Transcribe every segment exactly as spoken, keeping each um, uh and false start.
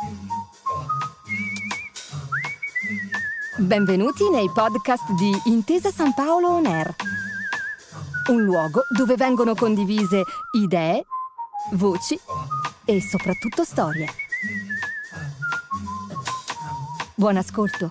Benvenuti nei podcast di Intesa San Paolo On Air, un luogo dove vengono condivise idee, voci e soprattutto storie. Buon ascolto.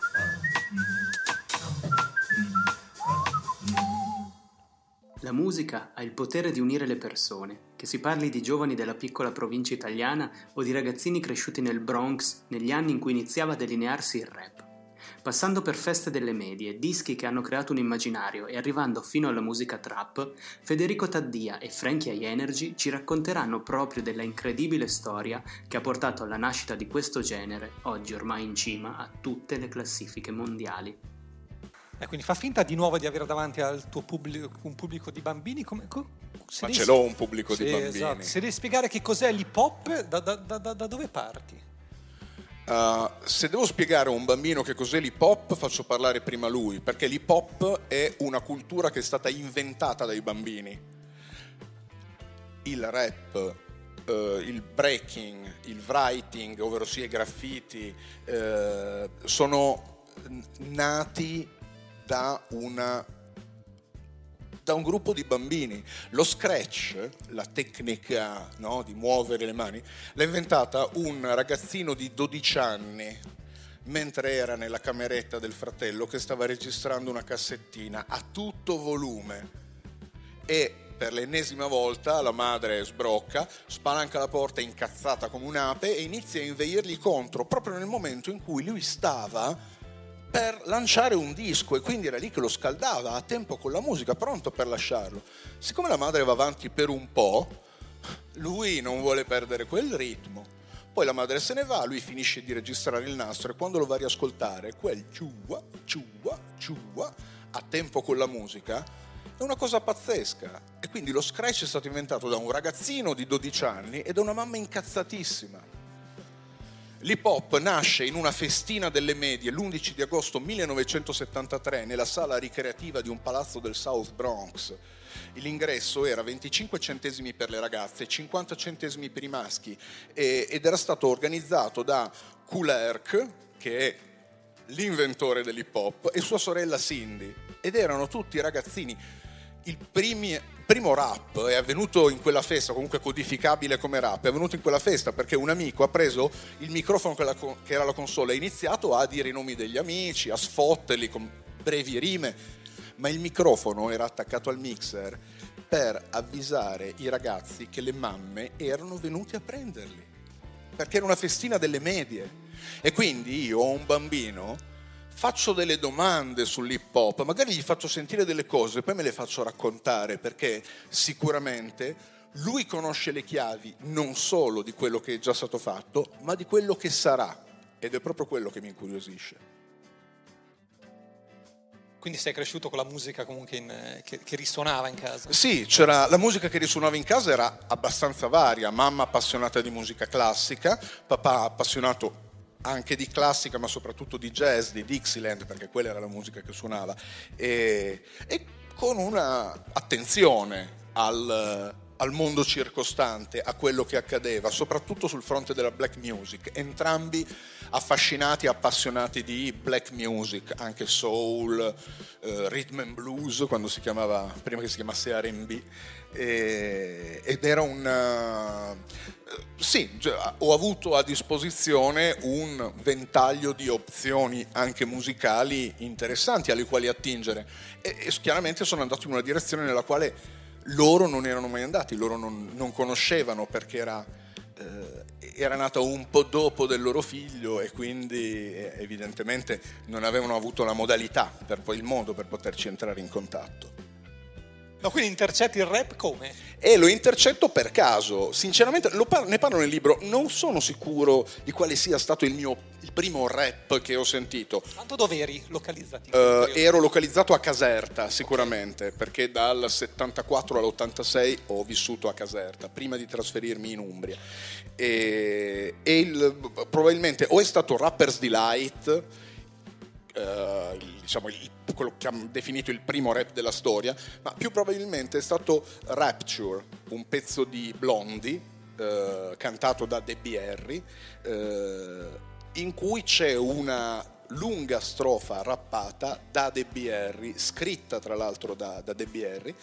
La musica ha il potere di unire le persone, che si parli di giovani della piccola provincia italiana o di ragazzini cresciuti nel Bronx negli anni in cui iniziava a delinearsi il rap. Passando per feste delle medie, dischi che hanno creato un immaginario e arrivando fino alla musica trap, Federico Taddia e Frankie I Energy ci racconteranno proprio della incredibile storia che ha portato alla nascita di questo genere, oggi ormai in cima a tutte le classifiche mondiali. E quindi fa finta di nuovo di avere davanti al tuo pubblico un pubblico di bambini. Come, co, Ma ce l'ho un pubblico sì, di bambini. Esatto. Se devi spiegare che cos'è l'hip hop, da, da, da, da dove parti? Uh, se devo spiegare a un bambino che cos'è l'hip hop, faccio parlare prima lui, perché l'hip hop è una cultura che è stata inventata dai bambini. Il rap, uh, il breaking, il writing, ovvero sia i graffiti, uh, sono nati da una da un gruppo di bambini. Lo scratch, la tecnica, no, di muovere le mani, l'ha inventata un ragazzino di dodici anni mentre era nella cameretta del fratello che stava registrando una cassettina a tutto volume, e per l'ennesima volta la madre sbrocca, spalanca la porta incazzata come un'ape e inizia a inveirgli contro proprio nel momento in cui lui stava per lanciare un disco, e quindi era lì che lo scaldava a tempo con la musica, pronto per lasciarlo. Siccome la madre va avanti per un po', lui non vuole perdere quel ritmo. Poi la madre se ne va, lui finisce di registrare il nastro e quando lo va a riascoltare, quel ciua, ciua, ciua, a tempo con la musica, è una cosa pazzesca. E quindi lo scratch è stato inventato da un ragazzino di dodici anni e da una mamma incazzatissima. L'hip hop nasce in una festina delle medie l'undici di agosto millenovecentosettantatré nella sala ricreativa di un palazzo del South Bronx. L'ingresso era venticinque centesimi per le ragazze, cinquanta centesimi per i maschi, e, ed era stato organizzato da Kool Herc, che è l'inventore dell'hip hop, e sua sorella Cindy, ed erano tutti ragazzini. Il primi, primo rap è avvenuto in quella festa, comunque codificabile come rap, è avvenuto in quella festa perché un amico ha preso il microfono che, la, che era la console e ha iniziato a dire i nomi degli amici, a sfotterli con brevi rime, ma il microfono era attaccato al mixer per avvisare i ragazzi che le mamme erano venute a prenderli, perché era una festina delle medie. E quindi io ho un bambino, faccio delle domande sull'hip hop, magari gli faccio sentire delle cose e poi me le faccio raccontare, perché sicuramente lui conosce le chiavi non solo di quello che è già stato fatto, ma di quello che sarà, ed è proprio quello che mi incuriosisce. Quindi sei cresciuto con la musica comunque in, che, che risuonava in casa? Sì, c'era la musica che risuonava in casa, era abbastanza varia. Mamma appassionata di musica classica, papà appassionato anche di classica, ma soprattutto di jazz, di Dixieland, perché quella era la musica che suonava, e, e con una attenzione al, al mondo circostante, a quello che accadeva, soprattutto sul fronte della black music. Entrambi affascinati e appassionati di black music, anche soul, eh, rhythm and blues, quando si chiamava, prima che si chiamasse R and B, e, ed era un... Sì, ho avuto a disposizione un ventaglio di opzioni anche musicali interessanti alle quali attingere, e, e chiaramente sono andato in una direzione nella quale loro non erano mai andati, loro non, non conoscevano, perché era, eh, era nata un po' dopo del loro figlio, e quindi eh, evidentemente non avevano avuto la modalità, per poi il modo per poterci entrare in contatto. No, quindi intercetti il rap come? E lo intercetto per caso, sinceramente lo par- ne parlo nel libro, non sono sicuro di quale sia stato il mio il primo rap che ho sentito. Tanto dove eri localizzati? Uh, ero localizzato a Caserta sicuramente, okay, perché dal settantaquattro all'ottantasei ho vissuto a Caserta prima di trasferirmi in Umbria, e, e il, probabilmente o è stato Rapper's Delight, Uh, diciamo il, quello che hanno definito il primo rap della storia, ma più probabilmente è stato Rapture, un pezzo di Blondie eh, cantato da Debbie Harry, eh, in cui c'è una lunga strofa rappata da Debbie Harry, scritta tra l'altro da, da Debbie Harry,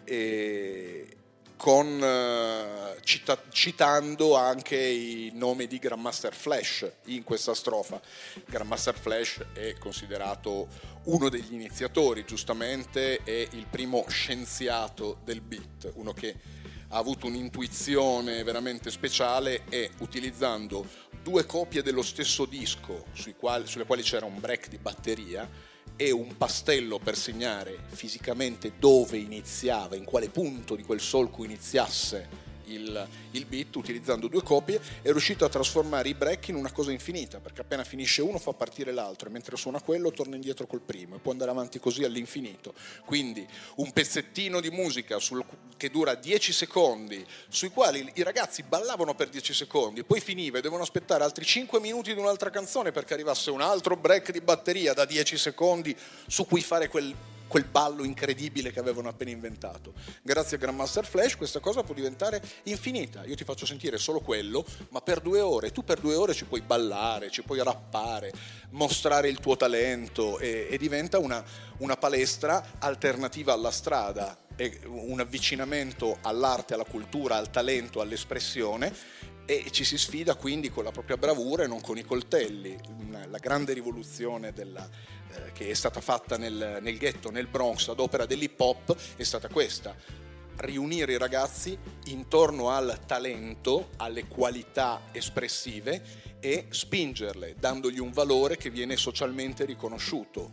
e con, uh, cita- citando anche i nomi di Grandmaster Flash in questa strofa. Grandmaster Flash è considerato uno degli iniziatori, giustamente, è il primo scienziato del beat, uno che ha avuto un'intuizione veramente speciale e, utilizzando due copie dello stesso disco sui quali, sulle quali c'era un break di batteria e un pastello per segnare fisicamente dove iniziava, in quale punto di quel solco iniziasse il, il beat, utilizzando due copie, è riuscito a trasformare i break in una cosa infinita, perché appena finisce uno fa partire l'altro e mentre suona quello torna indietro col primo e può andare avanti così all'infinito. Quindi un pezzettino di musica sul, che dura dieci secondi, sui quali i ragazzi ballavano per dieci secondi, poi finiva e devono aspettare altri cinque minuti di un'altra canzone perché arrivasse un altro break di batteria da dieci secondi su cui fare quel quel ballo incredibile che avevano appena inventato. Grazie a Grandmaster Flash questa cosa può diventare infinita. Io ti faccio sentire solo quello, ma per due ore. Tu per due ore ci puoi ballare, ci puoi rappare, mostrare il tuo talento e, e diventa una, una palestra alternativa alla strada, è un avvicinamento all'arte, alla cultura, al talento, all'espressione, e ci si sfida quindi con la propria bravura e non con i coltelli. La grande rivoluzione della, eh, che è stata fatta nel, nel ghetto, nel Bronx, ad opera dell'hip hop, è stata questa: riunire i ragazzi intorno al talento, alle qualità espressive e spingerle, dandogli un valore che viene socialmente riconosciuto.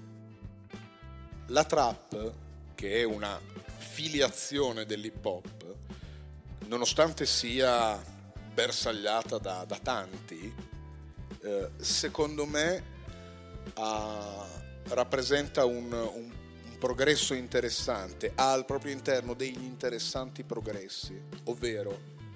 La trap, che è una filiazione dell'hip hop, nonostante sia bersagliata da, da tanti, eh, secondo me ha, rappresenta un, un, un progresso interessante, ha al proprio interno degli interessanti progressi, ovvero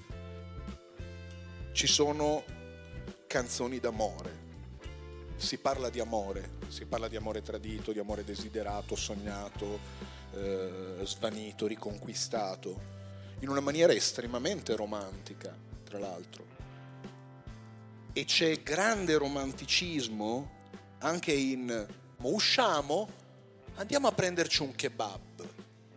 ci sono canzoni d'amore, si parla di amore, si parla di amore tradito, di amore desiderato, sognato, eh, svanito, riconquistato, in una maniera estremamente romantica, tra l'altro, e c'è grande romanticismo anche in ma usciamo, andiamo a prenderci un kebab.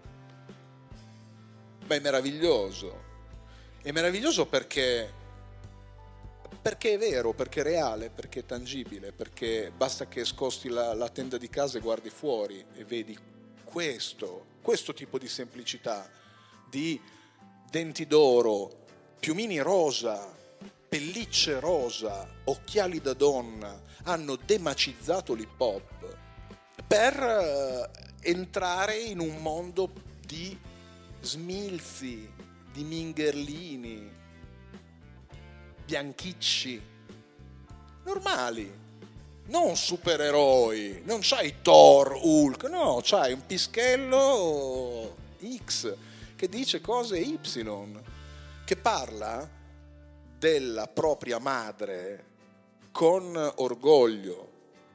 Beh, è meraviglioso, è meraviglioso perché perché è vero, perché è reale, perché è tangibile, perché basta che scosti la, la tenda di casa e guardi fuori e vedi questo questo tipo di semplicità, di denti d'oro, piumini rosa, pellicce rosa, occhiali da donna, hanno demacizzato l'hip hop per entrare in un mondo di smilzi, di mingherlini, bianchicci, normali, non supereroi, non c'hai Thor, Hulk, no, c'hai un pischello X che dice cose Y, che parla della propria madre con orgoglio.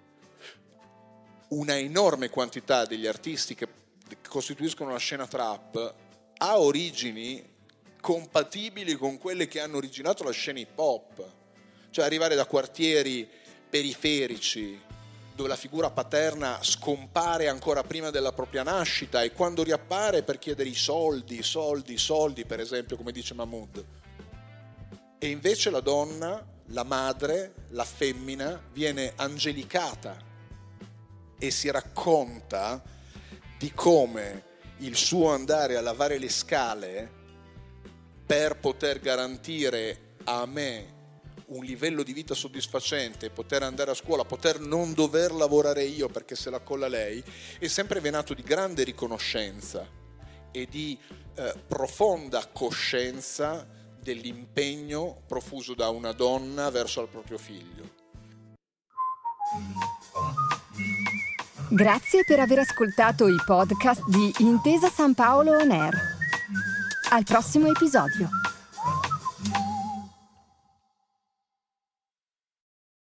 Una enorme quantità degli artisti che costituiscono la scena trap ha origini compatibili con quelle che hanno originato la scena hip hop, cioè arrivare da quartieri periferici dove la figura paterna scompare ancora prima della propria nascita e quando riappare per chiedere i soldi, soldi, soldi, per esempio, come dice Mahmood. E invece la donna, la madre, la femmina viene angelicata e si racconta di come il suo andare a lavare le scale per poter garantire a me un livello di vita soddisfacente, poter andare a scuola, poter non dover lavorare io perché se la colla lei, è sempre venato di grande riconoscenza e di eh, profonda coscienza dell'impegno profuso da una donna verso il proprio figlio. Grazie per aver ascoltato i podcast di Intesa San Paolo On Air. Al prossimo episodio.